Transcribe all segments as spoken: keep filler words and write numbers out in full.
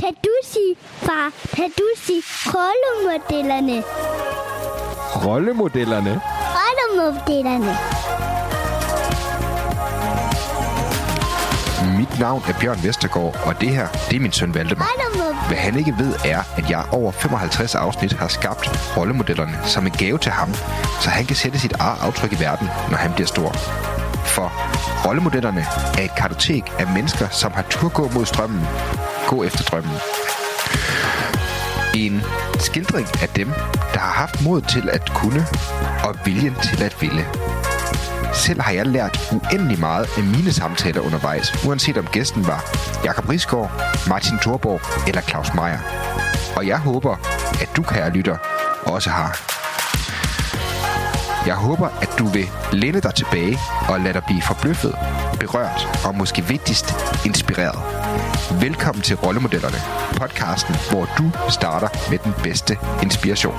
Kan du sige, far, kan du sige rollemodellerne? Rollemodellerne? Rollemodellerne. Mit navn er Bjørn Vestergaard, og det her, det er min søn Valdemar. Hvad han ikke ved er, at jeg over femoghalvtreds afsnit har skabt rollemodellerne som en gave til ham, så han kan sætte sit eget aftryk i verden, når han bliver stor. For rollemodellerne er et kartotek af mennesker, som har tur gå mod strømmen, gå efter drømmen. En skildring af dem, der har haft mod til at kunne og viljen til at ville. Selv har jeg lært uendelig meget af mine samtaler undervejs, uanset om gæsten var Jakob Risgaard, Martin Thorborg eller Claus Meyer. Og jeg håber, at du, kære lytter, også har. Jeg håber, at du vil læne dig tilbage og lade dig blive forbløffet, berørt og måske vigtigst inspireret. Velkommen til Rollemodellerne, podcasten, hvor du starter med den bedste inspiration.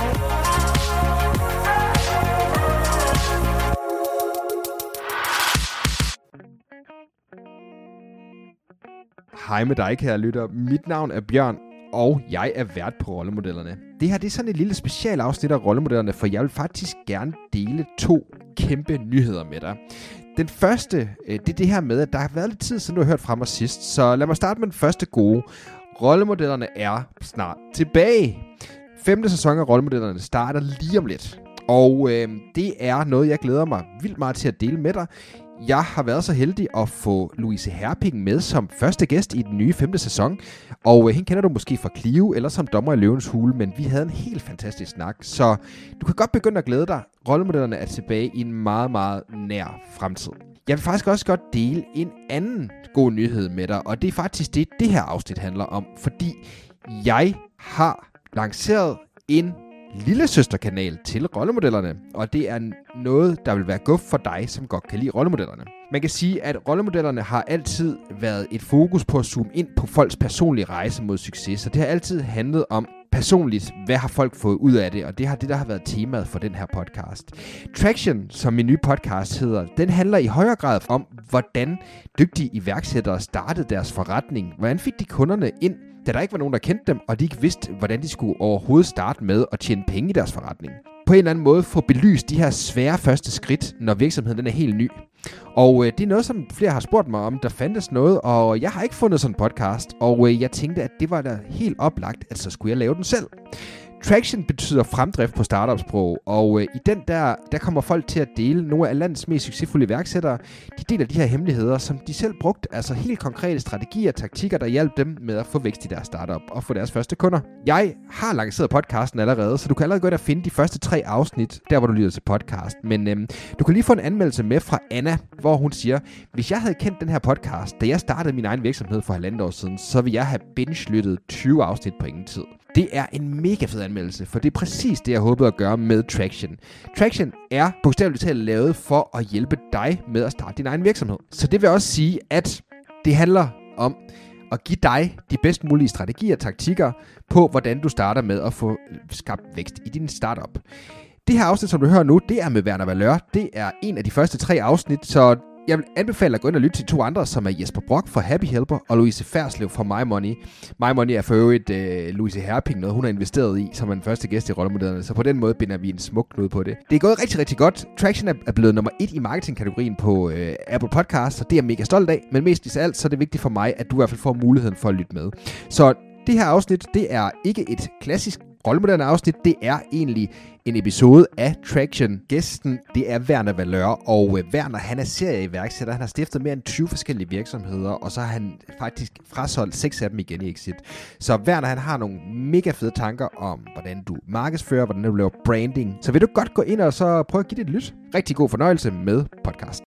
Hej med dig, kære lytter. Mit navn er Bjørn, og jeg er vært på Rollemodellerne. Det her det er sådan et lille special afsnit af Rollemodellerne, for jeg vil faktisk gerne dele to kæmpe nyheder med dig. Den første, det er det her med, at der har været lidt tid siden du har hørt fra mig sidst, så lad mig starte med den første gode. Rollemodellerne er snart tilbage. Femte sæson af Rollemodellerne starter lige om lidt, og øh, det er noget, jeg glæder mig vildt meget til at dele med dig. Jeg har været så heldig at få Louise Herping med som første gæst i den nye femte sæson, og øh, hende kender du måske fra Clio eller som dommer i Løvens Hule, men vi havde en helt fantastisk snak, så du kan godt begynde at glæde dig. Rollemodellerne er tilbage i en meget, meget nær fremtid. Jeg vil faktisk også godt dele en anden god nyhed med dig, og det er faktisk det, det her afsnit handler om, fordi jeg har lanceret en lille søsterkanal til rollemodellerne, og det er noget, der vil være guf for dig, som godt kan lide rollemodellerne. Man kan sige, at rollemodellerne har altid været et fokus på at zoome ind på folks personlige rejse mod succes, så det har altid handlet om personligt, hvad har folk fået ud af det, og det har det, der har været temaet for den her podcast. Traction, som min nye podcast hedder, den handler i højere grad om, hvordan dygtige iværksættere startede deres forretning. Hvordan fik de kunderne ind, da der ikke var nogen, der kendte dem, og de ikke vidste, hvordan de skulle overhovedet starte med at tjene penge i deres forretning. På en eller anden måde få belyst de her svære første skridt, når virksomheden den er helt ny. Og øh, det er noget, som flere har spurgt mig om, der fandtes noget, og jeg har ikke fundet sådan en podcast, og øh, jeg tænkte, at det var da helt oplagt, at så skulle jeg lave den selv. Traction betyder fremdrift på startup-sprog, og øh, i den der, der kommer folk til at dele nogle af landets mest succesfulde iværksættere. De deler de her hemmeligheder, som de selv brugte, altså helt konkrete strategier og taktikker, der hjalp dem med at få vækst i deres startup og få deres første kunder. Jeg har lanceret podcasten allerede, så du kan allerede gå ind og finde de første tre afsnit, der hvor du lytter til podcast. Men øh, du kan lige få en anmeldelse med fra Anna, hvor hun siger, hvis jeg havde kendt den her podcast, da jeg startede min egen virksomhed for halvandet år siden, så ville jeg have binge-lyttet tyve afsnit på ingen tid. Det er en mega fed anmeldelse, for det er præcis det, jeg håbede at gøre med Traction. Traction er bogstaveligt talt lavet for at hjælpe dig med at starte din egen virksomhed. Så det vil også sige, at det handler om at give dig de bedst mulige strategier og taktikker på, hvordan du starter med at få skabt vækst i din startup. Det her afsnit, som du hører nu, det er med Werner Valeur. Det er en af de første tre afsnit, så jeg vil anbefale at gå ind og lytte til to andre, som er Jesper Brock fra Happy Helper og Louise Ferslev fra My Money. My Money er for øvrigt uh, Louise Herping, noget hun har investeret i, som er den første gæst i rollemodellerne, så på den måde binder vi en smuk knude på det. Det er gået rigtig, rigtig godt. Traction er blevet nummer et i marketingkategorien på uh, Apple Podcasts, og det er jeg mega stolt af, men mest af alt, så er det vigtigt for mig, at du i hvert fald får muligheden for at lytte med. Så det her afsnit, det er ikke et klassisk rollemodellerne afsnit, det er egentlig en episode af Traction. Gæsten, det er Werner Valeur, og øh, Werner, han er serieiværksætter. Han har stiftet mere end tyve forskellige virksomheder, og så har han faktisk frasolgt seks af dem igen i Exit. Så Werner, han har nogle mega fede tanker om, hvordan du markedsfører, hvordan du laver branding. Så vil du godt gå ind og så prøve at give det et lyt. Rigtig god fornøjelse med podcasten.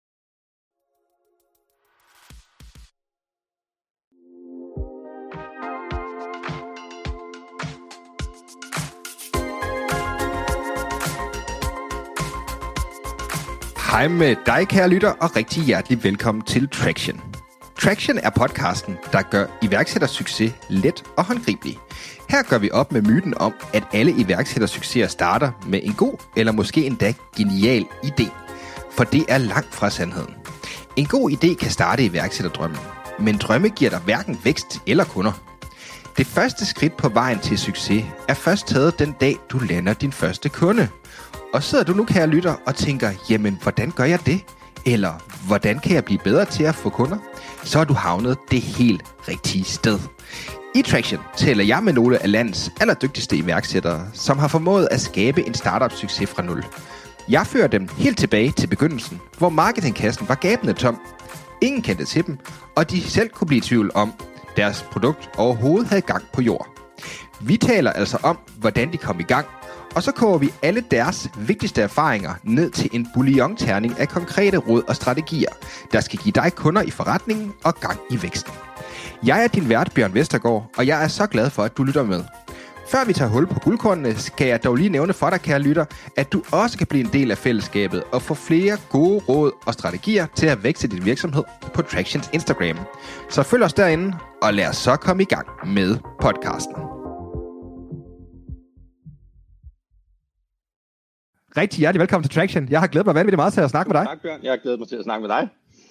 Hej med dig, kære lytter, og rigtig hjertelig velkommen til Traction. Traction er podcasten, der gør iværksættersucces let og håndgribelig. Her gør vi op med myten om, at alle iværksættersucceser starter med en god eller måske endda genial idé. For det er langt fra sandheden. En god idé kan starte iværksætterdrømmen, men drømme giver dig hverken vækst eller kunder. Det første skridt på vejen til succes er først taget den dag, du lander din første kunde. Og sidder du nu, kære lytter, og tænker, jamen, hvordan gør jeg det? Eller, hvordan kan jeg blive bedre til at få kunder? Så har du havnet det helt rigtige sted. I Traction taler jeg med nogle af landets allerdygtigste iværksættere, som har formået at skabe en startup-succes fra nul. Jeg fører dem helt tilbage til begyndelsen, hvor marketingkassen var gabende tom. Ingen kendte til dem, og de selv kunne blive i tvivl om, deres produkt overhovedet havde gang på jord. Vi taler altså om, hvordan de kom i gang, og så koger vi alle deres vigtigste erfaringer ned til en bouillon-terning af konkrete råd og strategier, der skal give dig kunder i forretningen og gang i væksten. Jeg er din vært, Bjørn Vestergaard, og jeg er så glad for, at du lytter med. Før vi tager hul på guldkornene, skal jeg dog lige nævne for dig, kære lytter, at du også kan blive en del af fællesskabet og få flere gode råd og strategier til at vækste din virksomhed på Tractions Instagram. Så følg os derinde, og lad os så komme i gang med podcasten. Rigtig hjertelig velkommen til Traction. Jeg har glædet mig vanvittigt meget til at snakke med dig. Tak, Bjørn. Jeg har glædet mig til at snakke med dig.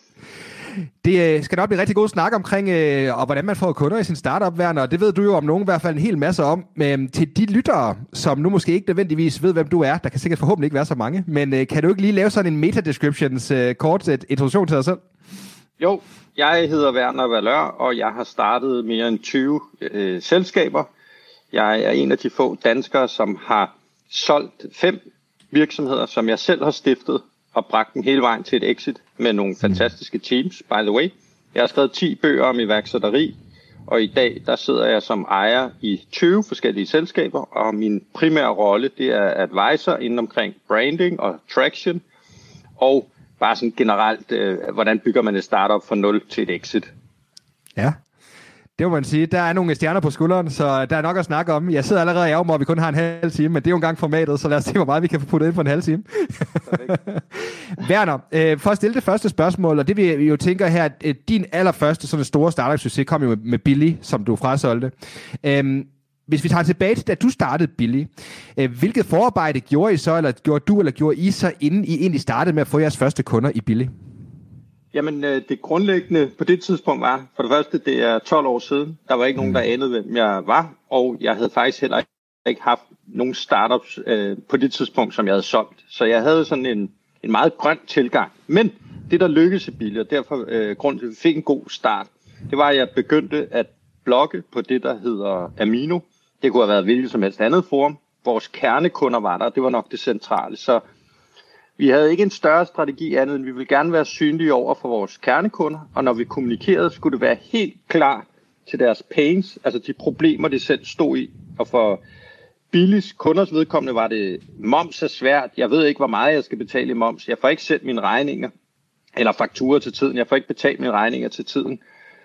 Det skal nok blive rigtig god snak omkring, øh, og hvordan man får kunder i sin startup-verden, og det ved du jo om nogen i hvert fald en hel masse om. Men til de lyttere, som nu måske ikke nødvendigvis ved, hvem du er, der kan sikkert forhåbentlig ikke være så mange, men øh, kan du ikke lige lave sådan en meta-descriptions øh, kort et introduktion til dig selv? Jo, jeg hedder Werner Valør, og jeg har startet mere end tyve øh, selskaber. Jeg er en af de få danskere, som har solgt fem virksomheder, som jeg selv har stiftet, og bragt dem hele vejen til et exit med nogle fantastiske teams, by the way. Jeg har skrevet ti bøger om iværksætteri, og i dag der sidder jeg som ejer i tyve forskellige selskaber, og min primære rolle det er advisor inden omkring branding og traction, og bare sådan generelt, øh, hvordan bygger man et startup fra nul til et exit. Ja. Det må man sige. Der er nogle stjerner på skulderen, så der er nok at snakke om. Jeg sidder allerede i ærger, hvor vi kun har en halv time, men det er jo engang formatet, så lad os se, hvor meget vi kan få puttet ind på en halv time. Werner, øh, for at stille det første spørgsmål, og det vi jo tænker her, at øh, din allerførste sådan store startup-succes kom jo med, med Billy, som du frasolgte. Øh, hvis vi tager tilbage til, da du startede Billy, øh, hvilket forarbejde gjorde I så, eller gjorde du, eller gjorde I så, inden I egentlig startede med at få jeres første kunder i Billy? Jamen, det grundlæggende på det tidspunkt var, for det første, det er tolv år siden. Der var ikke nogen, der anede, hvem jeg var, og jeg havde faktisk heller ikke haft nogen startups øh, på det tidspunkt, som jeg havde solgt. Så jeg havde sådan en, en meget grøn tilgang. Men det, der lykkedes i Billy, og derfor øh, grund til, at vi fik en god start, det var, at jeg begyndte at blogge på det, der hedder Amino. Det kunne have været hvilket som helst andet forum. Vores kernekunder var der, det var nok det centrale. Så vi havde ikke en større strategi andet, end vi ville gerne være synlige over for vores kernekunder, og når vi kommunikerede, skulle det være helt klar til deres pains, altså de problemer, de selv stod i. Og for Billys kunders vedkommende var det, moms er svært, jeg ved ikke, hvor meget jeg skal betale i moms, jeg får ikke sendt mine regninger, eller fakturer til tiden, jeg får ikke betalt mine regninger til tiden.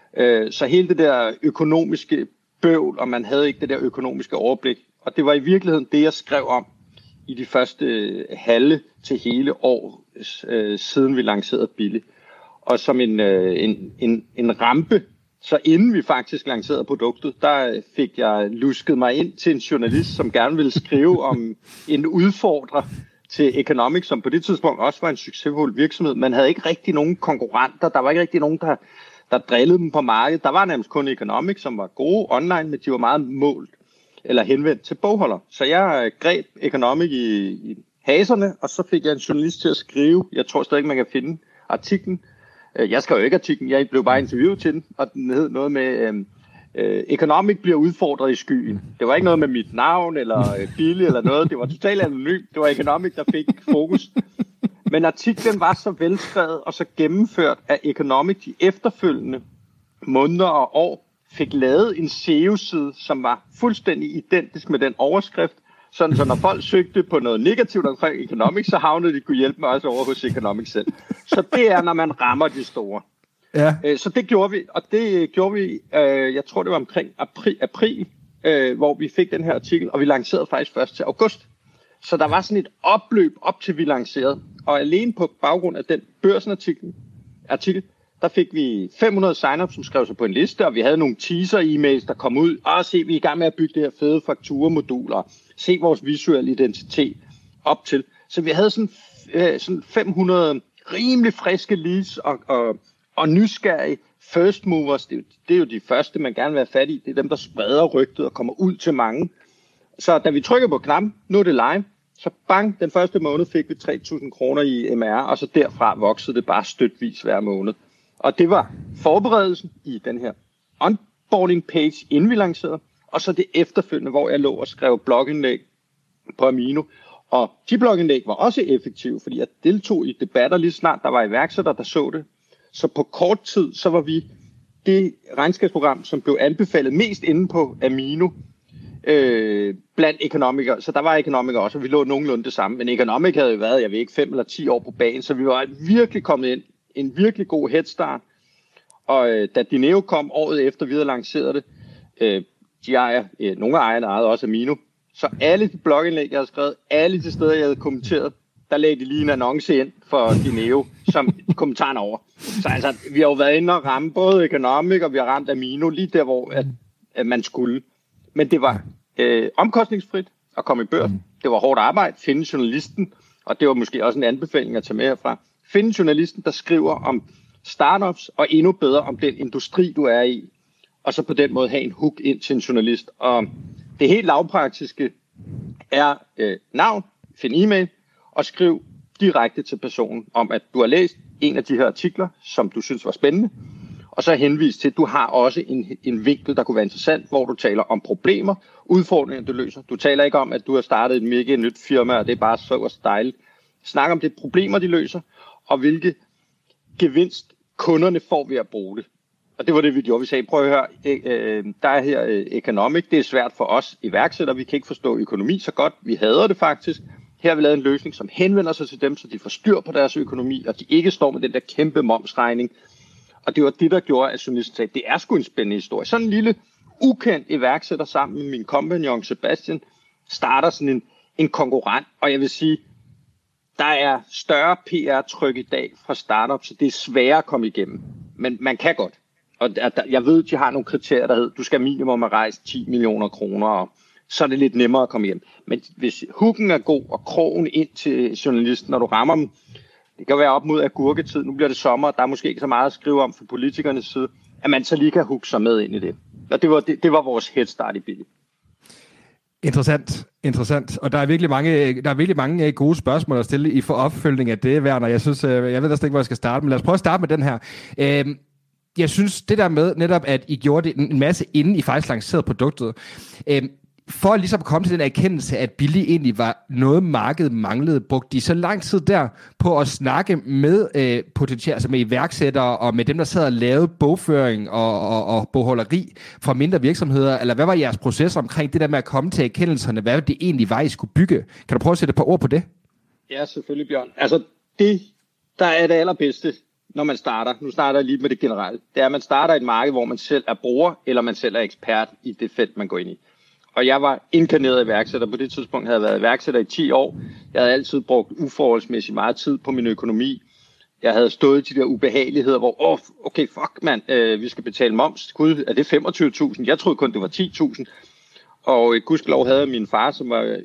Så hele det der økonomiske bøvl, og man havde ikke det der økonomiske overblik, og det var i virkeligheden det, jeg skrev om i de første halve til hele år, øh, siden vi lancerede Billy. Og som en, øh, en, en, en rampe, så inden vi faktisk lancerede produktet, der fik jeg lusket mig ind til en journalist, som gerne ville skrive om en udfordrer til Economic, som på det tidspunkt også var en succesfuld virksomhed. Man havde ikke rigtig nogen konkurrenter, der var ikke rigtig nogen, der, der drillede dem på markedet. Der var nærmest kun Economic, som var gode online, men de var meget målt eller henvendt til bogholder. Så jeg greb Economic i, i haserne, og så fik jeg en journalist til at skrive, jeg tror stadig ikke, man kan finde artiklen. Jeg skrev jo ikke artiklen, jeg blev bare interviewet til den, og den hed noget med, øh, øh, Economic bliver udfordret i skyen. Det var ikke noget med mit navn, eller øh, Billy, eller noget, det var totalt anonymt, det var Economic, der fik fokus. Men artiklen var så velskrevet, og så gennemført, at Economic de efterfølgende måneder og år, fik lavet en S E O-side, som var fuldstændig identisk med den overskrift, sådan så når folk søgte på noget negativt omkring Economic, så havnede de kunne hjælpe mig også over hos Economic selv. Så det er, når man rammer de store. Ja. Så det gjorde vi, og det gjorde vi, jeg tror det var omkring april, april hvor vi fik den her artikel, og vi lancerede faktisk først til august. Så der var sådan et opløb op til vi lancerede, og alene på baggrund af den børsenartikel, artikel, der fik vi fem hundrede sign-ups, som skrev sig på en liste, og vi havde nogle teaser-e-mails, der kom ud. Og se, vi er i gang med at bygge det her fede fakturemoduler. Se vores visuelle identitet op til. Så vi havde sådan, øh, sådan fem hundrede rimelig friske leads og, og, og nysgerrige first movers, det er, jo, det er jo de første, man gerne vil have fat i. Det er dem, der spreder rygtet og kommer ud til mange. Så da vi trykker på knappen, nu er det live, så bang, den første måned fik vi tre tusind kroner i M R, og så derfra voksede det bare støtvis hver måned. Og det var forberedelsen i den her onboarding page, inden vi lancerede, og så det efterfølgende, hvor jeg lå og skrev blogindlæg på Amino. Og de blogindlæg var også effektive, fordi jeg deltog i debatter lige snart, der var iværksættere, der så det. Så på kort tid, så var vi det regnskabsprogram, som blev anbefalet mest inde på Amino, øh, blandt økonomikere. Så der var økonomikere også, og vi lå nogenlunde det samme. Men økonomikere havde jo været, jeg ved ikke, fem eller ti år på banen, så vi var virkelig kommet ind. En virkelig god headstart. Og øh, da Dineo kom året efter, vi havde lanceret det, øh, de ejer, øh, nogle af ejerne ejede også Amino, så alle de blogindlæg, jeg havde skrevet, alle de steder, jeg havde kommenteret, der lagde de lige en annonce ind for Dineo, som kommentaren over. Så altså, vi har jo været inde og ramme både Economic, og vi har ramt Amino, lige der, hvor at, at man skulle. Men det var øh, omkostningsfrit at komme i børsen. Det var hårdt arbejde, finde journalisten, og det var måske også en anbefaling at tage med herfra. Finde journalisten, der skriver om startups, og endnu bedre om den industri, du er i. Og så på den måde have en hook ind til en journalist. Og det helt lavpraktiske er øh, navn, find e-mail, og skriv direkte til personen om, at du har læst en af de her artikler, som du synes var spændende, og så henvis til, at du har også en, en vinkel, der kunne være interessant, hvor du taler om problemer, udfordringer, du løser. Du taler ikke om, at du har startet et mega nyt firma, og det er bare så og dejligt. Snak om det problemer, de løser, og hvilke gevinst kunderne får ved at bruge det. Og det var det, vi gjorde. Vi sagde, prøv at høre, øh, der er her øh, Economic, det er svært for os iværksættere, vi kan ikke forstå økonomi så godt, vi hader det faktisk. Her har vi lavet en løsning, som henvender sig til dem, så de får styr på deres økonomi, og de ikke står med den der kæmpe momsregning. Og det var det, der gjorde, at journalisten sagde, det er sgu en spændende historie. Sådan en lille, ukendt iværksætter sammen med min kompagnon Sebastian, starter sådan en, en konkurrent, og jeg vil sige, der er større P R-tryk i dag fra startup, så det er sværere at komme igennem. Men man kan godt. Og jeg ved, at de har nogle kriterier, der hedder, du skal minimum have rejst ti millioner kroner, og så er det lidt nemmere at komme hjem. Men hvis hooken er god, og krogen ind til journalisten, når du rammer dem, det kan være op mod agurketid, nu bliver det sommer, der er måske ikke så meget at skrive om fra politikernes side, at man så lige kan hooke sig med ind i det. Og det var, det, det var vores headstart i Billy. Interessant, interessant. Og der er virkelig mange, der er virkelig mange gode spørgsmål at stille i for opfølgning af det, Werner. Jeg synes, jeg ved næsten ikke, hvor jeg skal starte, men lad os prøve at starte med den her. Øhm, jeg synes, det der med netop, at I gjorde det en masse, inden I faktisk lancerede produktet, øhm, for ligesom at komme til den erkendelse, at Billy egentlig var noget, markedet manglede, brugte de så lang tid der på at snakke med øh, potentielt, altså med iværksættere og med dem, der sad og lavede bogføring og, og, og bogholderi fra mindre virksomheder, eller hvad var jeres proces omkring det der med at komme til erkendelserne, hvad det egentlig var, I skulle bygge? Kan du prøve at sætte et par ord på det? Ja, selvfølgelig, Bjørn. Altså, det, der er det allerbedste, når man starter, nu starter jeg lige med det generelle, det er, at man starter i et marked, hvor man selv er bruger, eller man selv er ekspert i det felt, man går ind i. Og jeg var inkarneret iværksætter. På det tidspunkt havde jeg været iværksætter i ti år. Jeg havde altid brugt uforholdsmæssigt meget tid på min økonomi. Jeg havde stået i de der ubehageligheder, hvor, åh, oh, okay, fuck mand, øh, vi skal betale moms. Gud, er det femogtyve tusind? Jeg troede kun, det var ti tusind. Og gudskelov havde min far, som var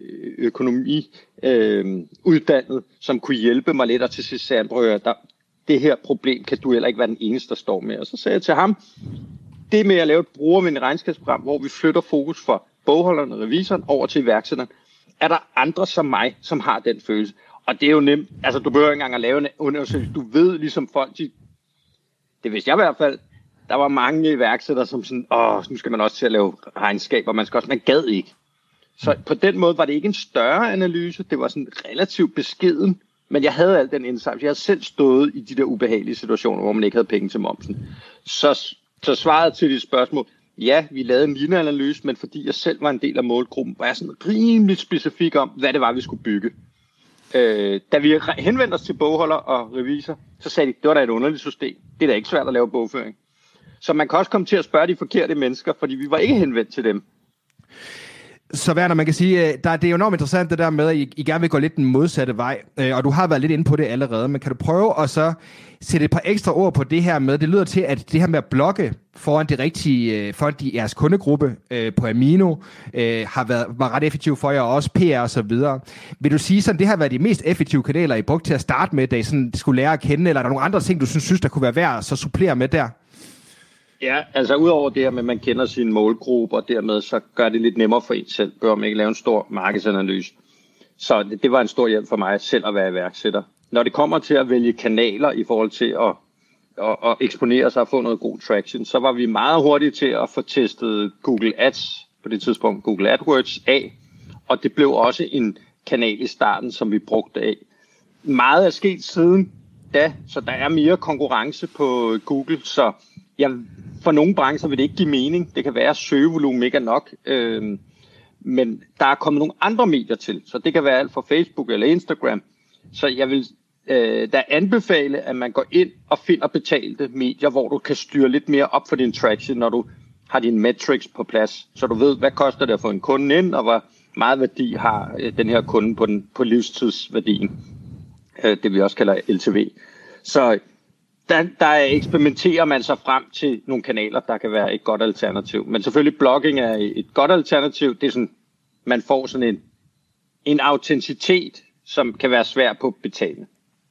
økonomiuddannet, øh, som kunne hjælpe mig lidt, og til sidst sagde han, prøv at høre, det her problem kan du heller ikke være den eneste, der står med. Og så sagde jeg til ham, det med at lave et brugervenligt regnskabsprogram, hvor vi flytter fokus fra bogholderen og revisoren over til iværksætteren, er der andre som mig, som har den følelse. Og det er jo nemt. Altså, du behøver ikke engang at lave en undersøgelse. Du ved ligesom folk, de, det vidste jeg i hvert fald, der var mange iværksættere, som sådan, åh, nu skal man også til at lave regnskaber, man skal også, man gad ikke. Så på den måde var det ikke en større analyse, det var sådan relativt beskeden, men jeg havde al den indsigt. Jeg havde selv stået i de der ubehagelige situationer, hvor man ikke havde penge til momsen. Så, så svaret til de spørgsmål, ja, vi lavede en lignende analyse, men fordi jeg selv var en del af målgruppen, var jeg sådan rimelig specifik om, hvad det var, vi skulle bygge. Øh, da vi henvendte os til bogholder og revisor, så sagde de, det var da et underligt system. Det er da ikke svært at lave bogføring. Så man kan også komme til at spørge de forkerte mennesker, fordi vi var ikke henvendt til dem. Så Werner, man kan sige, der, det er jo enormt interessant det der med, at I, I gerne vil gå lidt den modsatte vej, og du har været lidt inde på det allerede, men kan du prøve at så sætte et par ekstra ord på det her med, det lyder til, at det her med at blogge foran de rigtige, foran de, jeres kundegruppe øh, på Amino, øh, har været var ret effektivt for jer, og også P R og så videre. Vil du sige, sådan det har været de mest effektive kanaler, I brugte til at starte med, da I sådan skulle lære at kende, eller er der nogle andre ting, du synes, synes der kunne være værd at så supplere med der? Ja, altså udover det her med, at man kender sin målgruppe, og dermed så gør det lidt nemmere for en selv, bør man ikke lave en stor markedsanalyse. Så det, det var en stor hjælp for mig selv at være iværksætter. Når det kommer til at vælge kanaler i forhold til at, at, at eksponere sig og få noget god traction, så var vi meget hurtige til at få testet Google Ads, på det tidspunkt Google AdWords, af. Og det blev også en kanal i starten, som vi brugte af. Meget er sket siden da, så der er mere konkurrence på Google, så jeg, for nogle brancher vil det ikke give mening. Det kan være, at søgevolumen ikke er nok, øh, men der er kommet nogle andre medier til, så det kan være alt fra Facebook eller Instagram. Så jeg vil øh, da anbefale, at man går ind og finder betalte medier, hvor du kan styre lidt mere op for din traction, når du har dine metrics på plads, så du ved, hvad koster det at få en kunde ind, og hvor meget værdi har øh, den her kunde på, den, på livstidsværdien. Øh, det vi også kalder L T V. Så der, der eksperimenterer man sig frem til nogle kanaler, der kan være et godt alternativ. Men selvfølgelig blogging er et godt alternativ. Det er sådan, man får sådan en, en autenticitet, som kan være svær på betalende.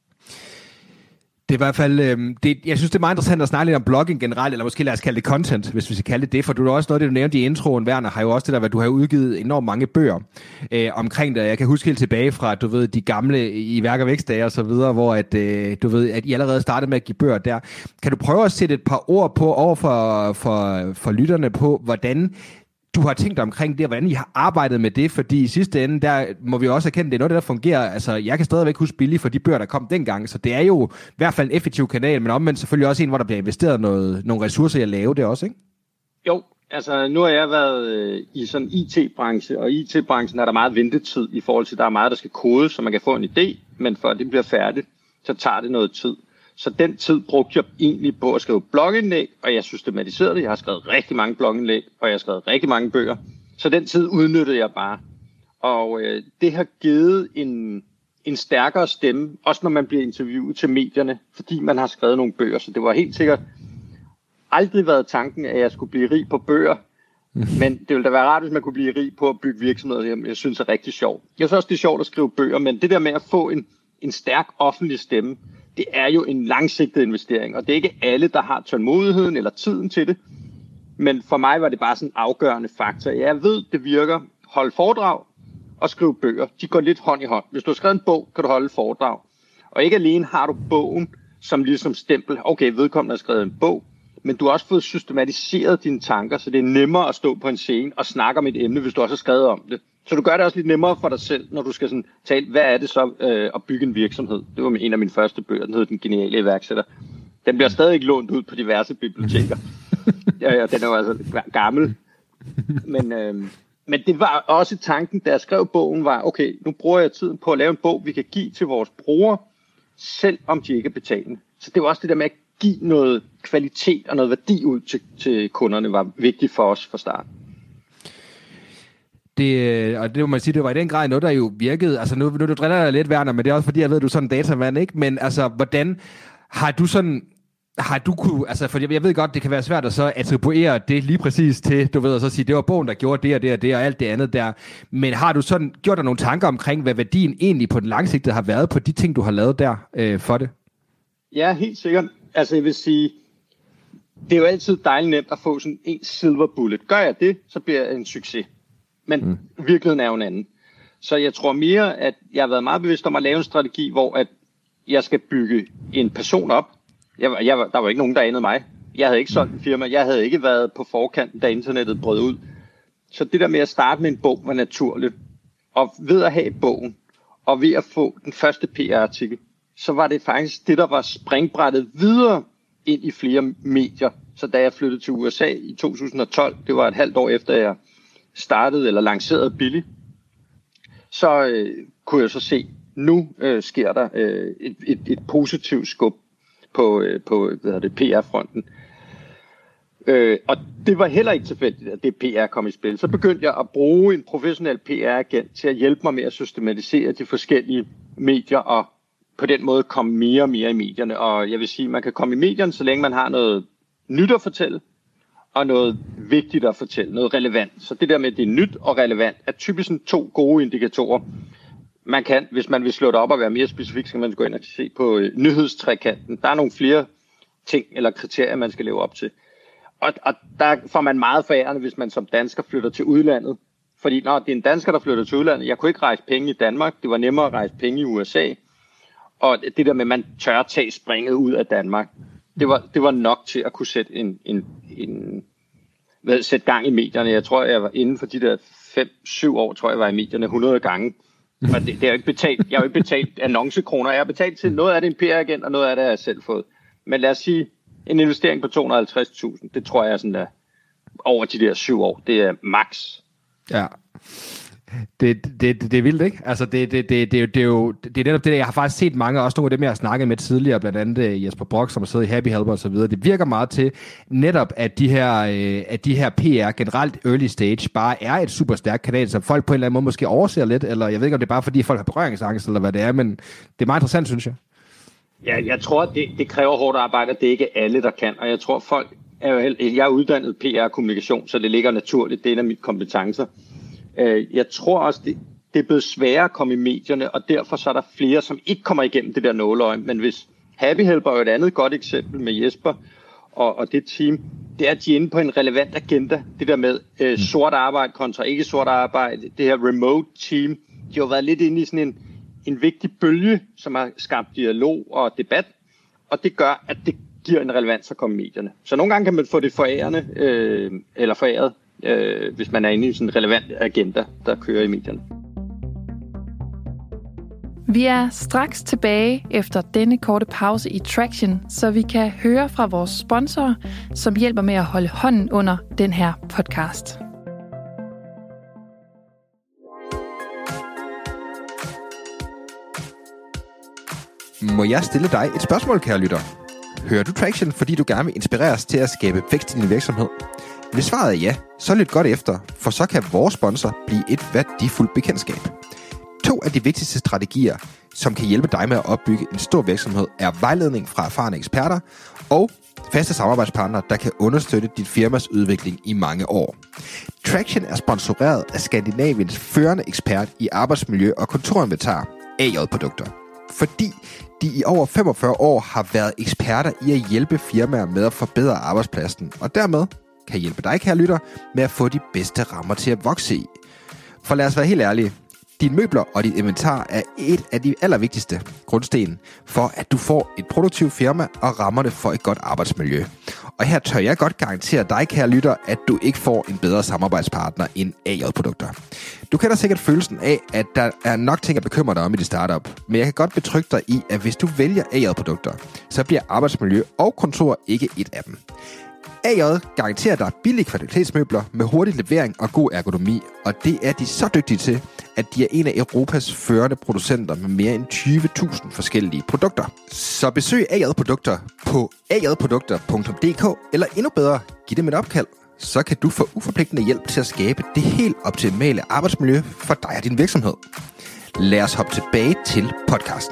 Det er i hvert fald, øh, det, jeg synes, det er meget interessant at snakke lidt om blogging generelt, eller måske lad os kalde det content, hvis vi skal kalde det det, for du har også noget, det du nævnte i introen, Werner, har jo også det der, at du har udgivet enormt mange bøger øh, omkring det. Jeg kan huske helt tilbage fra, du ved, de gamle i værk- og vækstdage og så videre, hvor at, øh, du ved, at I allerede startede med at give bøger der. Kan du prøve at sætte et par ord på over for, for, for lytterne på, hvordan du har tænkt omkring det, og hvordan I har arbejdet med det, fordi i sidste ende, der må vi også erkende, det er noget, der fungerer. Altså, jeg kan stadigvæk huske billigt for de bøger, der kom dengang, så det er jo i hvert fald en effektiv kanal, men omvendt selvfølgelig også en, hvor der bliver investeret noget, nogle ressourcer i at lave det også, ikke? Jo, altså nu har jeg været øh, i sådan en I T-branche, og i I T-branchen er der meget ventetid i forhold til, at der er meget, der skal kodes, så man kan få en idé, men før det bliver færdigt, så tager det noget tid. Så den tid brugte jeg egentlig på at skrive blogindlæg, og jeg systematiserede det. Jeg har skrevet rigtig mange blogindlæg, og jeg har skrevet rigtig mange bøger. Så den tid udnyttede jeg bare. Og øh, det har givet en, en stærkere stemme, også når man bliver interviewet til medierne, fordi man har skrevet nogle bøger. Så det var helt sikkert aldrig været tanken, at jeg skulle blive rig på bøger. Men det ville da være rart, hvis man kunne blive rig på at bygge virksomheder, jeg synes er rigtig sjovt. Jeg synes også, det er sjovt at skrive bøger, men det der med at få en, en stærk offentlig stemme, det er jo en langsigtet investering, og det er ikke alle, der har tålmodigheden eller tiden til det. Men for mig var det bare sådan en afgørende faktor. Jeg ved, det virker. Hold foredrag og skriv bøger. De går lidt hånd i hånd. Hvis du har skrevet en bog, kan du holde foredrag. Og ikke alene har du bogen som ligesom stempel. Okay, vedkommende har skrevet en bog, men du har også fået systematiseret dine tanker, så det er nemmere at stå på en scene og snakke om et emne, hvis du også har skrevet om det. Så du gør det også lidt nemmere for dig selv, når du skal sådan tale, hvad er det så øh, at bygge en virksomhed? Det var en af mine første bøger, den hed Den Geniale Iværksætter. Den bliver stadig ikke lånt ud på diverse biblioteker. Ja, ja, den er jo altså gammel. Men, øh, men det var også tanken, da jeg skrev bogen, var, okay, nu bruger jeg tiden på at lave en bog, vi kan give til vores brugere, selv om de ikke er betalende. Så det var også det der med at give noget kvalitet og noget værdi ud til, til kunderne, var vigtigt for os fra start. Det, og det må man sige, det var i den grad noget, der jo virkede. Altså nu, nu du driller dig lidt, Werner, men det er også fordi, jeg ved, at du er sådan en datavand, ikke? Men altså, hvordan har du sådan, har du kunne, altså, for jeg ved godt, det kan være svært at så attribuere det lige præcis til, du ved, og så sige, det var bogen, der gjorde det og det og det og alt det andet der. Men har du sådan gjort dig nogle tanker omkring, hvad værdien egentlig på den langsigtede har været på de ting, du har lavet der øh, for det? Ja, helt sikkert. Altså, jeg vil sige, det er jo altid dejligt nemt at få sådan en silver bullet. Gør jeg det, så bliver jeg en succes. Men mm. virkeligheden er jo en anden. Så jeg tror mere, at jeg har været meget bevidst om at lave en strategi, hvor at jeg skal bygge en person op. Jeg, jeg, der var ikke nogen, der anede mig. Jeg havde ikke solgt en firma. Jeg havde ikke været på forkanten, da internettet brød ud. Så det der med at starte med en bog var naturligt. Og ved at have bogen, og ved at få den første P R-artikel, så var det faktisk det, der var springbrættet videre ind i flere medier. Så da jeg flyttede til U S A i to tusind og tolv, det var et halvt år efter, jeg startede eller lancerede Billy, så øh, kunne jeg så se, nu øh, sker der øh, et, et, et positivt skub på, øh, på hvad hedder det, P R-fronten. Øh, og det var heller ikke tilfældigt, at det P R kom i spil. Så begyndte jeg at bruge en professionel P R-agent til at hjælpe mig med at systematisere de forskellige medier, og på den måde komme mere og mere i medierne. Og jeg vil sige, man kan komme i medierne, så længe man har noget nyt at fortælle, og noget vigtigt at fortælle, noget relevant. Så det der med, at det er nyt og relevant, er typisk to gode indikatorer. Man kan, hvis man vil slå det op og være mere specifik, så kan man gå ind og se på øh, nyhedstrekanten. Der er nogle flere ting eller kriterier, man skal leve op til. Og, og der får man meget forærende, hvis man som dansker flytter til udlandet. Fordi når det er en dansker, der flytter til udlandet, jeg kunne ikke rejse penge i Danmark, det var nemmere at rejse penge i U S A. Og det der med, at man tør tage springet ud af Danmark, det var, det var nok til at kunne sætte en, en, en hvad, sætte gang i medierne. Jeg tror, jeg var inden for de der fem syv år, tror jeg var i medierne hundrede gange. Og det, det er jo ikke betalt. Jeg har jo ikke betalt annoncekroner. Jeg har betalt til noget af det en P R-agent, og noget af det har jeg selv fået. Men lad os sige, en investering på to hundrede og halvtreds tusind, det tror jeg sådan der over de der syv år. Det er max. Ja. Det, det, det, det er vildt, ikke? Altså, det, det, det, det, det er jo det er netop det, jeg har faktisk set mange, også nogle af dem, jeg har snakket med tidligere, blandt andet Jesper Brock, som har siddet i Happy Helper og så videre. Det virker meget til netop, at de her, at de her P R, generelt early stage, bare er et super stærkt kanal, som folk på en eller anden måde måske overser lidt, eller jeg ved ikke, om det er bare fordi, folk har berøringsangst, eller hvad det er, men det er meget interessant, synes jeg. Ja, jeg tror, det, det kræver hårdt arbejde, og det er ikke alle, der kan, og jeg tror, folk er jo helt, jeg er uddannet P R-kommunikation, så det ligger naturligt, det er en af mine kompetencer. Jeg tror også, det, det er blevet sværere at komme i medierne, og derfor så er der flere, som ikke kommer igennem det der nåleøje. Men hvis Happy Helper er et andet godt eksempel med Jesper og, og det team, det er, at de er inde på en relevant agenda. Det der med øh, sort arbejde kontra ikke sort arbejde, det her remote team, de har jo været lidt inde i sådan en, en vigtig bølge, som har skabt dialog og debat, og det gør, at det giver en relevans at komme i medierne. Så nogle gange kan man få det forærende, øh, eller foræret, Øh, hvis man er inde i sådan en relevant agenda, der kører i medierne. Vi er straks tilbage efter denne korte pause i Traction, så vi kan høre fra vores sponsorer, som hjælper med at holde hånden under den her podcast. Må jeg stille dig et spørgsmål, kære lytter? Hører du Traction, fordi du gerne vil inspireres til at skabe vækst i din virksomhed? Hvis svaret er ja, så lyt godt efter, for så kan vores sponsor blive et værdifuldt bekendtskab. To af de vigtigste strategier, som kan hjælpe dig med at opbygge en stor virksomhed, er vejledning fra erfarne eksperter og faste samarbejdspartnere, der kan understøtte dit firmas udvikling i mange år. Traction er sponsoreret af Skandinaviens førende ekspert i arbejdsmiljø og kontorinventar, A J Produkter. Fordi de i over femogfyrre år har været eksperter i at hjælpe firmaer med at forbedre arbejdspladsen, og dermed kan hjælpe dig, kære lytter, med at få de bedste rammer til at vokse i. For lad os være helt ærlige. Dine møbler og dit inventar er et af de allervigtigste grundsten for, at du får et produktivt firma og rammerne for et godt arbejdsmiljø. Og her tør jeg godt garantere dig, kære lytter, at du ikke får en bedre samarbejdspartner end A J Produkter. Du kender sikkert følelsen af, at der er nok ting at bekymre dig om i dit startup, men jeg kan godt betrygge dig i, at hvis du vælger A J Produkter, så bliver arbejdsmiljø og kontor ikke et af dem. A J garanterer dig billige kvalitetsmøbler med hurtig levering og god ergonomi, og det er de så dygtige til, at de er en af Europas førende producenter med mere end tyve tusind forskellige produkter. Så besøg A J Produkter på a j produkter punktum d k, eller endnu bedre, giv dem et opkald. Så kan du få uforpligtende hjælp til at skabe det helt optimale arbejdsmiljø for dig og din virksomhed. Lad os hoppe tilbage til podcasten.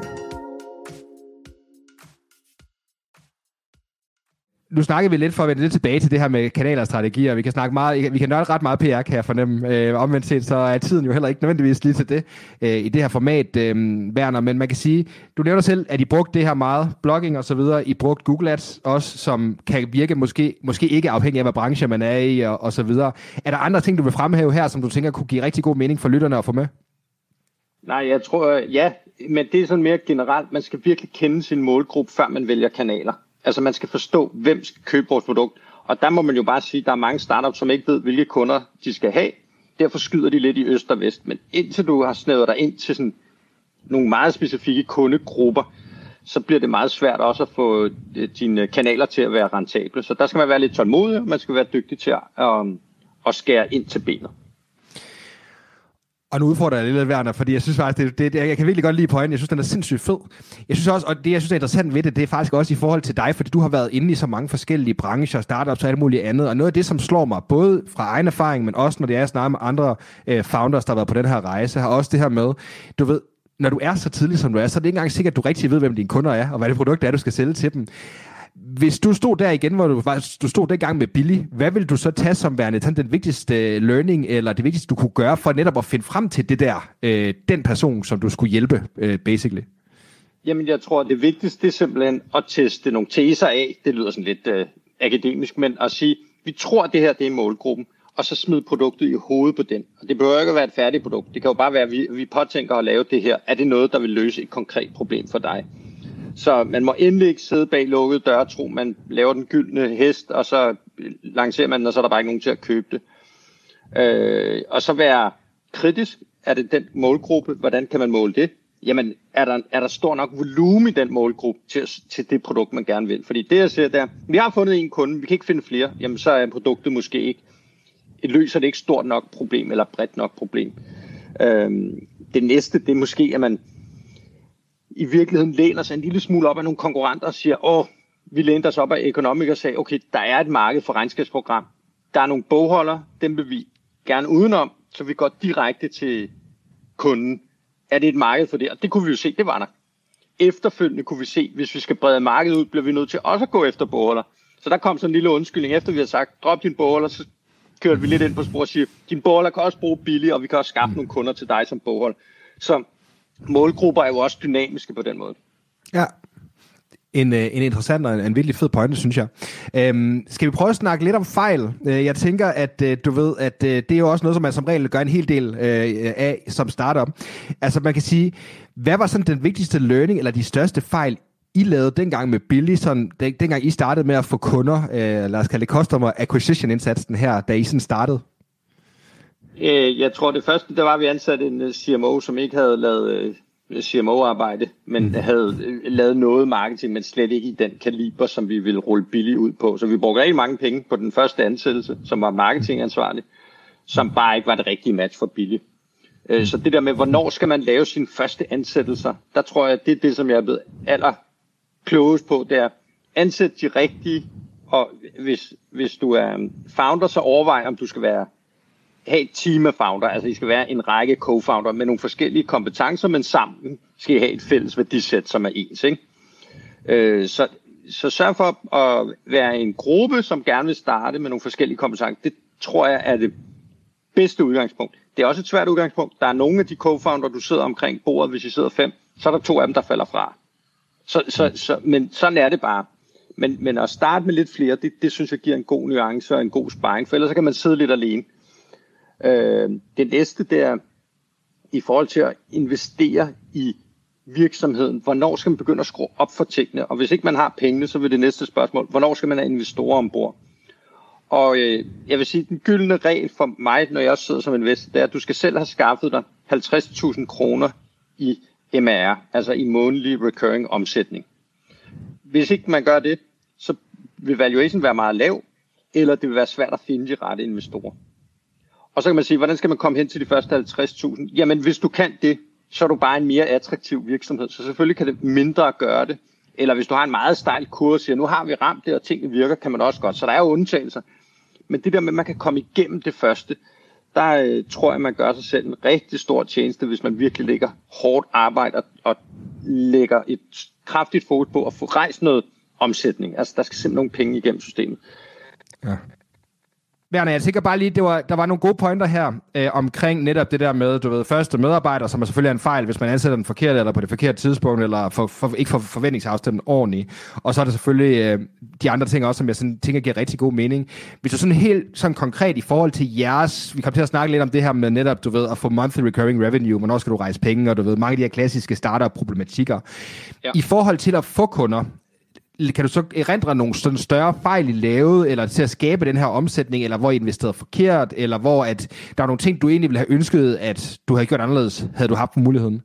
Nu snakker vi lidt for at vende lidt tilbage til det her med kanaler og strategier. Vi kan snakke meget, vi kan nørde ret meget P R, kan jeg fornemme. Øh, omvendt set, så er tiden jo heller ikke nødvendigvis lige til det øh, i det her format, øh, Werner. Men man kan sige, du nævner selv, at I brugte det her meget, blogging og så videre. I brugte Google Ads også, som kan virke måske, måske ikke afhængig af, hvad branche man er i og, og så videre. Er der andre ting, du vil fremhæve her, som du tænker kunne give rigtig god mening for lytterne at få med? Nej, jeg tror, ja, men det er sådan mere generelt. Man skal virkelig kende sin målgruppe, før man vælger kanaler. Altså man skal forstå, hvem skal købe vores produkt. Og der må man jo bare sige, at der er mange startups, som ikke ved, hvilke kunder de skal have. Derfor skyder de lidt i øst og vest. Men indtil du har snævet dig ind til sådan nogle meget specifikke kundegrupper, så bliver det meget svært også at få dine kanaler til at være rentable. Så der skal man være lidt tålmodig, og man skal være dygtig til at, um, at skære ind til benet. Og nu udfordrer jeg lidt, Werner, fordi jeg synes faktisk, det, det, jeg kan virkelig godt lide pointen. Jeg synes, den er sindssygt fed. Jeg synes også, og det, jeg synes er interessant ved det, det er faktisk også i forhold til dig, fordi du har været inde i så mange forskellige brancher, startups og alt muligt andet. Og noget af det, som slår mig, både fra egen erfaring, men også når det er snart med andre øh, founders, der har været på den her rejse, har også det her med, du ved, når du er så tidlig, som du er, så er det ikke engang sikkert, at du rigtig ved, hvem dine kunder er, og hvad det produkt er, du skal sælge til dem. Hvis du stod der igen, hvor du, du stod dengang med Billy, hvad vil du så tage som værende den vigtigste learning, eller det vigtigste, du kunne gøre for netop at finde frem til det der, øh, den person, som du skulle hjælpe, øh, basically? Jamen, jeg tror, det vigtigste er simpelthen at teste nogle teser af. Det lyder sådan lidt øh, akademisk, men at sige, vi tror, at det her det er målgruppen, og så smide produktet i hovedet på den. Og det behøver ikke at være et færdigt produkt. Det kan jo bare være, at vi, vi påtænker at lave det her. Er det noget, der vil løse et konkret problem for dig? Så man må endelig ikke sidde bag lukkede døre og tro, man laver den gyldne hest, og så lancerer man den, og så er der bare ikke nogen til at købe det. Øh, og så være kritisk. Er det den målgruppe? Hvordan kan man måle det? Jamen, er der, er der stor nok volumen i den målgruppe til, til det produkt, man gerne vil? Fordi det, jeg siger, der, vi har fundet en kunde, vi kan ikke finde flere, jamen så er produktet måske ikke, det løser det ikke stort nok problem, eller bredt nok problem. Øhm, det næste, det er måske, at man i virkeligheden læner sig en lille smule op af nogle konkurrenter og siger, åh, vi lænede os op af Economic og sagde, okay, der er et marked for regnskabsprogram. Der er nogle bogholdere, dem vil vi gerne udenom, så vi går direkte til kunden. Er det et marked for det? Og det kunne vi jo se, det var der. Efterfølgende kunne vi se, hvis vi skal brede markedet ud, bliver vi nødt til også at gå efter bogholder. Så der kom sådan en lille undskyldning, efter vi har sagt, drop din bogholder, så kørte vi lidt ind på spor og siger, din bogholder kan også bruge billigt, og vi kan også skaffe nogle kunder til dig som bogholder. Så målgrupper er jo også dynamiske på den måde. Ja, en, en interessant og en, en virkelig fed pointe, synes jeg. Øhm, skal vi prøve at snakke lidt om fejl? Jeg tænker, at du ved, at det er jo også noget, som man som regel gør en hel del øh, af som startup. Altså man kan sige, hvad var sådan den vigtigste learning, eller de største fejl, I lavede dengang med Billy, sådan, den, dengang I startede med at få kunder, øh, lad os kalde det customer acquisition-indsatsen her, da I sådan startede? Jeg tror, det første, der var, at vi ansatte en C M O, som ikke havde lavet C M O-arbejde, men havde lavet noget marketing, men slet ikke i den kaliber, som vi ville rulle billigt ud på. Så vi brugte rigtig mange penge på den første ansættelse, som var marketingansvarlig, som bare ikke var det rigtige match for Billy. Så det der med, hvornår skal man lave sine første ansættelser, der tror jeg, det er det, som jeg er blevet aller klogest på, det er ansæt de rigtige, og hvis, hvis du er founder, så overvej, om du skal være have et team af founder, altså I skal være en række co-founder med nogle forskellige kompetencer, men sammen skal I have et fælles værdisæt, som er ens, ikke? Øh, så, så sørg for at være en gruppe, som gerne vil starte med nogle forskellige kompetencer. Det tror jeg er det bedste udgangspunkt. Det er også et svært udgangspunkt. Der er nogle af de co-founder, du sidder omkring bordet, hvis I sidder fem, så er der to af dem, der falder fra. Så, så, så, men sådan er det bare. Men, men at starte med lidt flere, det, det synes jeg giver en god nuance og en god sparring, for ellers så kan man sidde lidt alene. Øh, det næste, det er i forhold til at investere i virksomheden. Hvornår skal man begynde at skrue op for tingene? Og hvis ikke man har pengene, så vil det næste spørgsmål, hvornår skal man have investorer ombord? Og øh, jeg vil sige, den gyldne regel for mig, når jeg også sidder som investor, det er, at du skal selv have skaffet dig halvtreds tusind kroner i M R R, altså i månedlig recurring omsætning. Hvis ikke man gør det, så vil valuation være meget lav, eller det vil være svært at finde de rette investorer. Og så kan man sige, hvordan skal man komme hen til de første halvtreds tusind? Jamen, hvis du kan det, så er du bare en mere attraktiv virksomhed. Så selvfølgelig kan det mindre gøre det. Eller hvis du har en meget stejl kurve og siger, nu har vi ramt det, og tingene virker, kan man også godt. Så der er jo undtagelser. Men det der med, at man kan komme igennem det første, der øh, tror jeg, man gør sig selv en rigtig stor tjeneste, hvis man virkelig lægger hårdt arbejde og, og lægger et kraftigt fokus på at få rejst noget omsætning. Altså, der skal simpelthen nogle penge igennem systemet. Ja. Werner, jeg tænker bare lige, det var, der var nogle gode pointer her øh, omkring netop det der med, du ved, første medarbejder, som er selvfølgelig en fejl, hvis man ansætter den forkerte, eller på det forkerte tidspunkt, eller for, for, ikke for forventningsafstemmen ordentligt. Og så er der selvfølgelig øh, de andre ting også, som jeg sådan, tænker giver rigtig god mening. Hvis du sådan helt sådan konkret i forhold til jeres, vi kommer til at snakke lidt om det her med netop, du ved, at få monthly recurring revenue, hvornår skal du rejse penge, og du ved, mange af de her klassiske startup-problematikker. Ja. I forhold til at få kunder, kan du så erindre nogle sådan større fejl, I lavede, eller til at skabe den her omsætning, eller hvor I investerede forkert, eller hvor at der er nogle ting, du egentlig ville have ønsket, at du havde gjort anderledes, havde du haft muligheden?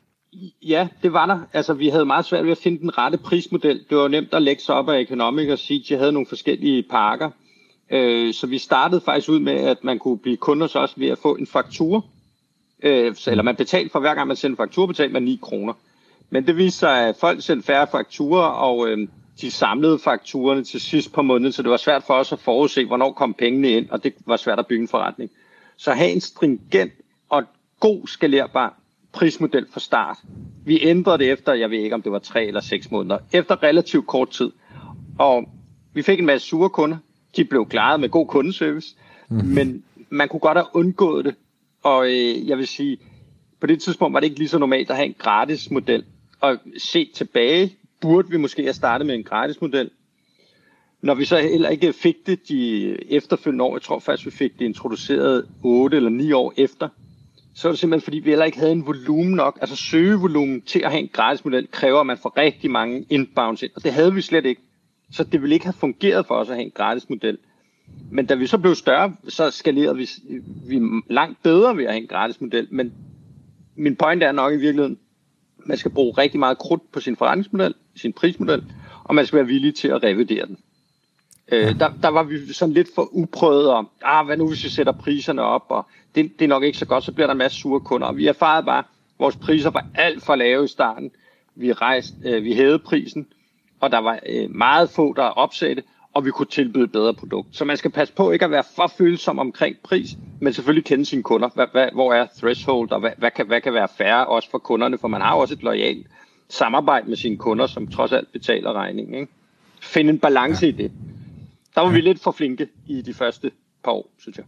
Ja, det var der. Altså, vi havde meget svært ved at finde den rette prismodel. Det var nemt at lægge sig op af Economic og sige, at de havde nogle forskellige pakker. Øh, så vi startede faktisk ud med, at man kunne blive kunde hos os ved at få en faktura. Øh, eller man betalte for hver gang, man sendte en faktura, betalte man ni kroner. Men det viste sig, at folk sendte færre fakturer, og øh, de samlede fakturerne til sidst på måneden, så det var svært for os at forudse, hvornår kom pengene ind, og det var svært at bygge en forretning. Så have en stringent og god skalerbar prismodel fra start. Vi ændrede det efter, jeg ved ikke om det var tre eller seks måneder, efter relativt kort tid. Og vi fik en masse sure kunder. De blev klaret med god kundeservice, mm-hmm. men man kunne godt have undgået det. Og øh, jeg vil sige, på det tidspunkt var det ikke lige så normalt at have en gratis model. Og set tilbage, burde vi måske have startet med en gratis model. Når vi så heller ikke fik det de efterfølgende år, jeg tror faktisk, vi fik det introduceret otte eller ni år efter, så er det simpelthen, fordi vi heller ikke havde en volumen nok. Altså søgevolumen til at have en gratis model kræver, at man får rigtig mange inbounds ind, og det havde vi slet ikke. Så det ville ikke have fungeret for os at have en gratis model. Men da vi så blev større, så skalerede vi, vi langt bedre ved at have en gratis model. Men min point er nok i virkeligheden, man skal bruge rigtig meget krudt på sin forretningsmodel, sin prismodel, og man skal være villig til at revidere den. Øh, der, der var vi sådan lidt for uprøvet om, ah, hvad nu hvis vi sætter priserne op, og det, det er nok ikke så godt, så bliver der en masse sure kunder. Og vi erfarede bare, at vores priser var alt for lave i starten. Vi, rejste, øh, vi hævede prisen, og der var øh, meget få, der opsatte, og vi kunne tilbyde et bedre produkt. Så man skal passe på ikke at være for følsom omkring pris, men selvfølgelig kende sine kunder. Hvad, hvad, hvor er threshold, og hvad, hvad, kan, hvad kan være fair også for kunderne, for man har også et loyalt samarbejde med sine kunder, som trods alt betaler regningen. Ikke? Finde en balance ja. i det. Der var vi lidt for flinke i de første par år, synes jeg.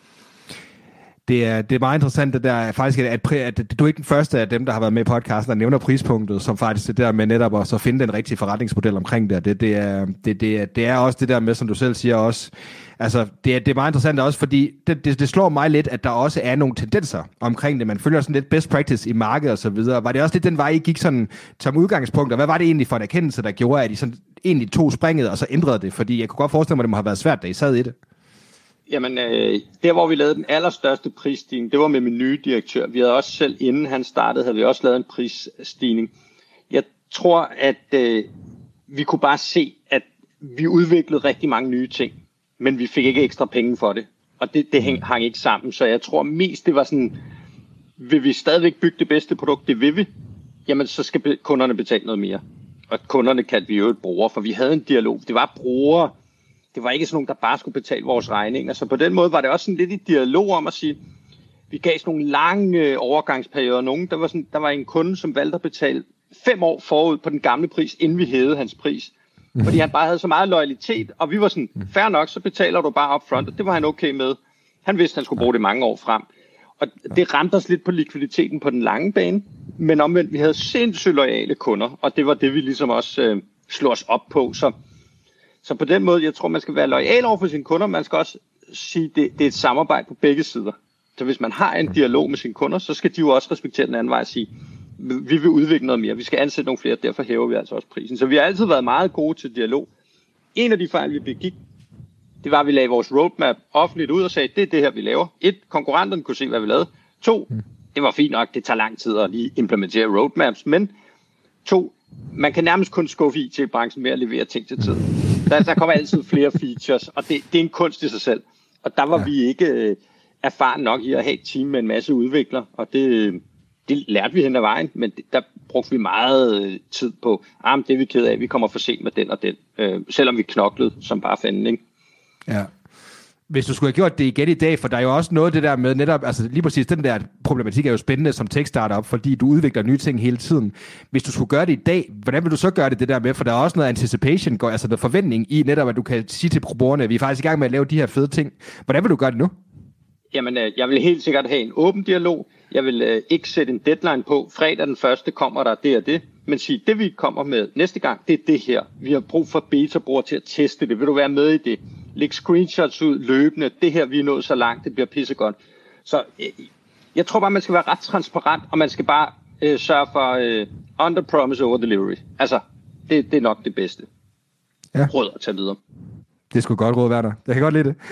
Det er, det er meget interessant, det der faktisk, at, at du er ikke den første af dem, der har været med i podcasten, der nævner prispunktet, som faktisk det der med netop at så finde den rigtige forretningsmodel omkring det. Det, det, er, det, det, det er også det der med, som du selv siger også, altså det er, det er meget interessant også, fordi det, det, det slår mig lidt, at der også er nogle tendenser omkring det. Man følger sådan lidt best practice i markedet og så videre. Var det også lidt den vej, I gik sådan som udgangspunkt, og hvad var det egentlig for en erkendelse, der gjorde, at I sådan egentlig tog springet og så ændrede det? Fordi jeg kunne godt forestille mig, at det må have været svært, da I sad i det. Jamen, øh, der hvor vi lavede den allerstørste prisstigning, det var med min nye direktør. Vi havde også selv, inden han startede, havde vi også lavet en prisstigning. Jeg tror, at øh, vi kunne bare se, at vi udviklede rigtig mange nye ting, men vi fik ikke ekstra penge for det. Og det, det hæng, hang ikke sammen, så jeg tror mest, det var sådan, vil vi stadigvæk bygge det bedste produkt, det vil vi, jamen så skal kunderne betale noget mere. Og kunderne kaldte vi jo et brugere, for vi havde en dialog. Det var brugere. Det var ikke sådan nogen, der bare skulle betale vores regninger. Så på den måde var det også sådan lidt i dialog om at sige, vi gav sådan nogle lange overgangsperioder. Nogen, der var, sådan, der var en kunde, som valgte at betale fem år forud på den gamle pris, inden vi hævede hans pris. Fordi han bare havde så meget loyalitet, og vi var sådan, fair nok, så betaler du bare upfront, og det var han okay med. Han vidste, at han skulle bruge det mange år frem. Og det ramte os lidt på likviditeten på den lange bane, men omvendt, vi havde sindssygt loyale kunder, og det var det, vi ligesom også øh, slog os op på. Så Så på den måde, jeg tror, man skal være loyal over for sine kunder. Man skal også sige, at det, det er et samarbejde på begge sider. Så hvis man har en dialog med sine kunder, så skal de jo også respektere den anden vej og sige, vi vil udvikle noget mere, vi skal ansætte nogle flere, derfor hæver vi altså også prisen. Så vi har altid været meget gode til dialog. En af de fejl, vi begik, det var, at vi lagde vores roadmap offentligt ud og sagde, det er det her, vi laver. Et, konkurrenterne kunne se, hvad vi lavede. To, det var fint nok, det tager lang tid at lige implementere roadmaps, men to, man kan nærmest kun skuffe I T-branchen med at levere ting til tiden. Der, der kommer altid flere features, og det, det er en kunst i sig selv. Og der var ja. vi ikke øh, erfaren nok i at have et team med en masse udviklere, og det, det lærte vi hen ad vejen, men det, der brugte vi meget øh, tid på, ah, det er vi ked af, vi kommer for sent med den og den, øh, selvom vi knoklede som bare fanden, ikke? Ja. Hvis du skulle have gjort det igen i dag, for der er jo også noget det der med netop, altså lige præcis den der problematik er jo spændende som tech-startup, fordi du udvikler nye ting hele tiden. Hvis du skulle gøre det i dag, hvordan vil du så gøre det det der med, for der er også noget anticipation, altså noget forventning i netop, at du kan sige til brugerne, at vi er faktisk i gang med at lave de her fede ting. Hvordan vil du gøre det nu? Jamen, jeg vil helt sikkert have en åben dialog. Jeg vil øh, ikke sætte en deadline på. Fredag den første kommer der det og det. Men sige, det vi kommer med næste gang, det er det her. Vi har brug for beta-brugere til at teste det. Vil du være med i det? Læg screenshots ud løbende. Det her, vi er nået så langt, det bliver pissegodt. Så øh, jeg tror bare, man skal være ret transparent, og man skal bare øh, sørge for øh, under promise over delivery. Altså, det, det er nok det bedste. Ja. Råd at tage videre. Det skulle godt råd være der. Jeg kan godt lide det.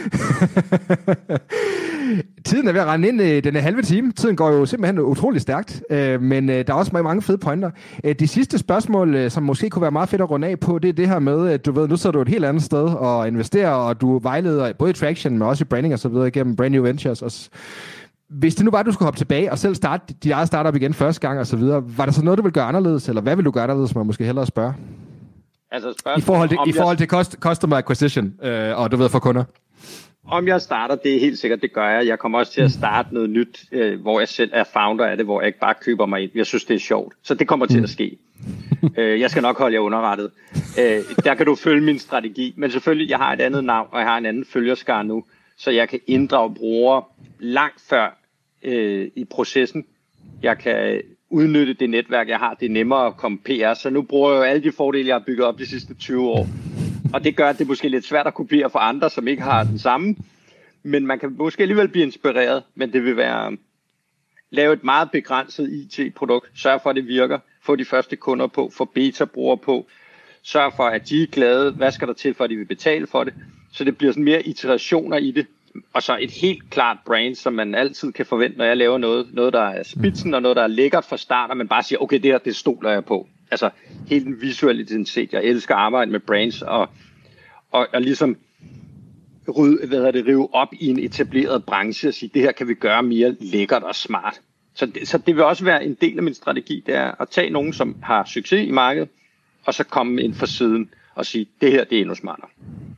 Tiden er ved at rende ind i den halve time. Tiden går jo simpelthen utrolig stærkt, men der er også mange fede pointer. De sidste spørgsmål, som måske kunne være meget fedt at runde af på, det er det her med, at du ved, nu sidder du et helt andet sted og investerer, og du vejleder både i Traction, men også i branding og så videre igennem Brand New Ventures. Hvis det nu var, at du skulle hoppe tilbage og selv starte dit eget startup igen første gang og så videre, var der så noget, du ville gøre anderledes, eller hvad vil du gøre anderledes, må jeg måske hellere spørge? Altså I forhold til, i forhold til cost, customer acquisition, øh, og du ved, for kunder. Om jeg starter, det er helt sikkert, det gør jeg. Jeg kommer også til at starte noget nyt, øh, hvor jeg selv er founder af det, hvor jeg ikke bare køber mig ind. Jeg synes, det er sjovt. Så det kommer til at ske. øh, jeg skal nok holde jer underrettet. Øh, der kan du følge min strategi. Men selvfølgelig, jeg har et andet navn, og jeg har en anden følgerskare nu, så jeg kan inddrage brugere langt før øh, i processen. Jeg kan udnytte det netværk, jeg har. Det er nemmere at komme P R, så nu bruger jeg jo alle de fordele, jeg har bygget op de sidste tyve år. og det gør, at det er måske lidt svært at kopiere for andre, som ikke har den samme. Men man kan måske alligevel blive inspireret, men det vil være lave et meget begrænset I T-produkt, sørge for, at det virker, få de første kunder på, få beta-brugere på, sørge for, at de er glade, hvad skal der til, for at de vil betale for det, så det bliver sådan mere iterationer i det, og så et helt klart brand, som man altid kan forvente, når jeg laver noget, noget der er spidsen, og noget, der er lækkert fra start, og man bare siger, okay, det her, det stoler jeg på. Altså, helt en visuel identitet. Jeg elsker at arbejde med brands, og, og, og ligesom rydde, hvad hedder det, rive op i en etableret branche, og sige, det her kan vi gøre mere lækkert og smart. Så det, så det vil også være en del af min strategi, det er at tage nogen, som har succes i markedet, og så komme ind fra siden og sige, det her, det er endnu smartere.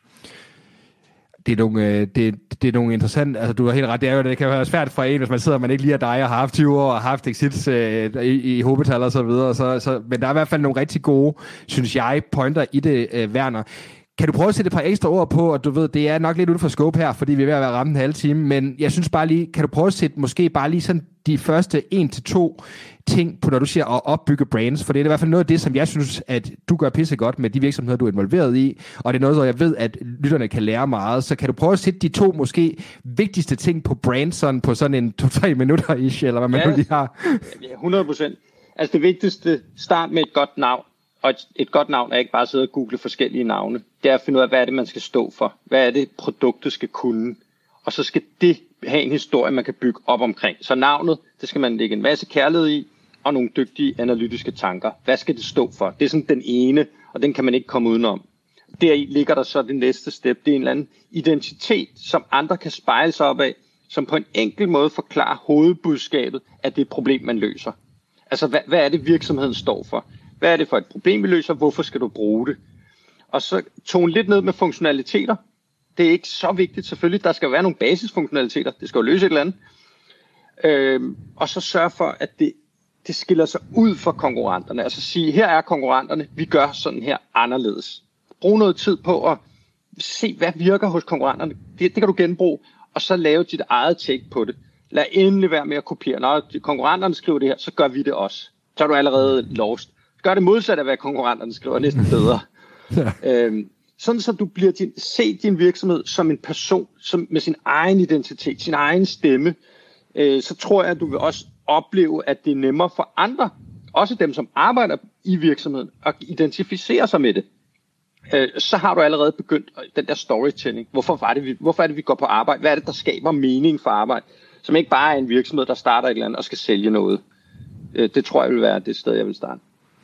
Det er nogle, det, det er nogle interessant, altså du har helt ret, det, er jo, det kan jo være svært for en, hvis man sidder, man ikke lige er dig og har haft tyve år og har haft exits øh, i, i hovedbetal og så videre, så, så, men der er i hvert fald nogle rigtig gode, synes jeg, pointer i det, øh, Werner. Kan du prøve at sætte et par ekstra ord på, og du ved, det er nok lidt uden for scope her, fordi vi er ved at være ramt en halv time, men jeg synes bare lige, kan du prøve at sætte måske bare lige sådan de første en til to ting på, når du siger at opbygge brands, for det er i hvert fald noget af det, som jeg synes, at du gør pisse godt med de virksomheder, du er involveret i, og det er noget, som jeg ved, at lytterne kan lære meget. Så kan du prøve at sætte de to måske vigtigste ting på brands, sådan på sådan en to-tre minutter-ish, eller hvad man ja, nu lige har? Ja, hundrede procent. Altså det vigtigste, start med et godt navn. Og et, et godt navn er ikke bare at sidde og google forskellige navne. Det er at finde ud af, hvad er det, man skal stå for. Hvad er det, produktet skal kunne. Og så skal det have en historie, man kan bygge op omkring. Så navnet, det skal man lægge en masse kærlighed i, og nogle dygtige analytiske tanker. Hvad skal det stå for? Det er sådan den ene, og den kan man ikke komme udenom. Deri ligger der så det næste step. Det er en eller anden identitet, som andre kan spejle sig op af, som på en enkel måde forklarer hovedbudskabet af det problem, man løser. Altså, hvad, hvad er det, virksomheden står for? Hvad er det for et problem, vi løser? Hvorfor skal du bruge det? Og så tone lidt ned med funktionaliteter. Det er ikke så vigtigt selvfølgelig. Der skal være nogle basisfunktionaliteter. Det skal jo løse et eller andet. Øhm, og så sørge for, at det, det skiller sig ud fra konkurrenterne. Altså sige, her er konkurrenterne. Vi gør sådan her anderledes. Brug noget tid på at se, hvad virker hos konkurrenterne. Det, det kan du genbruge. Og så lave dit eget take på det. Lad endelig være med at kopiere. Når konkurrenterne skriver det her, så gør vi det også. Så er du allerede lost. Gør det modsat af, hvad konkurrenterne skriver, næsten bedre. Ja. Øhm, sådan så du bliver din, se din virksomhed som en person, som med sin egen identitet, sin egen stemme. Øh, så tror jeg, at du vil også opleve, at det er nemmere for andre, også dem, som arbejder i virksomheden, at identificere sig med det. Øh, så har du allerede begyndt den der storytelling. Hvorfor, var det, vi, hvorfor er det, vi går på arbejde? Hvad er det, der skaber mening for arbejde? Som ikke bare er en virksomhed, der starter et eller andet og skal sælge noget. Øh, det tror jeg vil være det sted, jeg vil starte.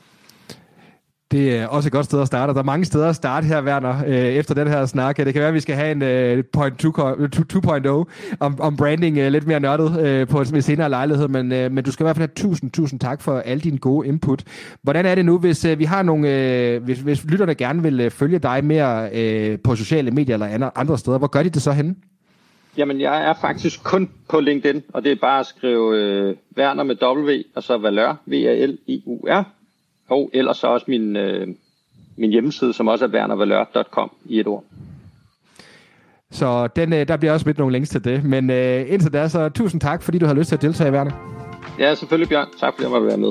Det er også et godt sted at starte. Der er mange steder at starte her, Werner, øh, efter den her snak. Det kan være, at vi skal have en øh, point to point nul om, om branding øh, lidt mere nørdet øh, på en senere lejlighed, men, øh, men du skal i hvert fald have tusind, tusind tak for alle dine gode input. Hvordan er det nu, hvis øh, vi har nogle, øh, hvis, hvis lytterne gerne vil øh, følge dig mere øh, på sociale medier eller andre, andre steder, hvor gør de det så henne? Jamen, jeg er faktisk kun på LinkedIn, og det er bare at skrive øh, Werner med W, og så Valeur, V A L E U R. Og ellers så også min, øh, min hjemmeside, som også er werner valeur punktum com i et ord. Så den, øh, der bliver også smidt nogle links til det. Men øh, indtil da, så tusind tak, fordi du har lyst til at deltage, Werner. Ja, selvfølgelig, Bjørn. Tak, fordi jeg måtte være med.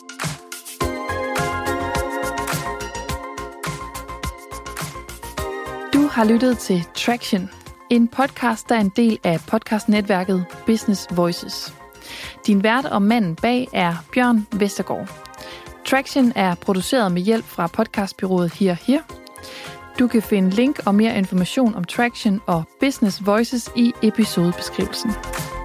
Du har lyttet til Traction, en podcast, der er en del af podcastnetværket Business Voices. Din vært og manden bag er Bjørn Vestergaard. Traction er produceret med hjælp fra podcastbureauet Here Here. Du kan finde link og mere information om Traction og Business Voices i episodebeskrivelsen.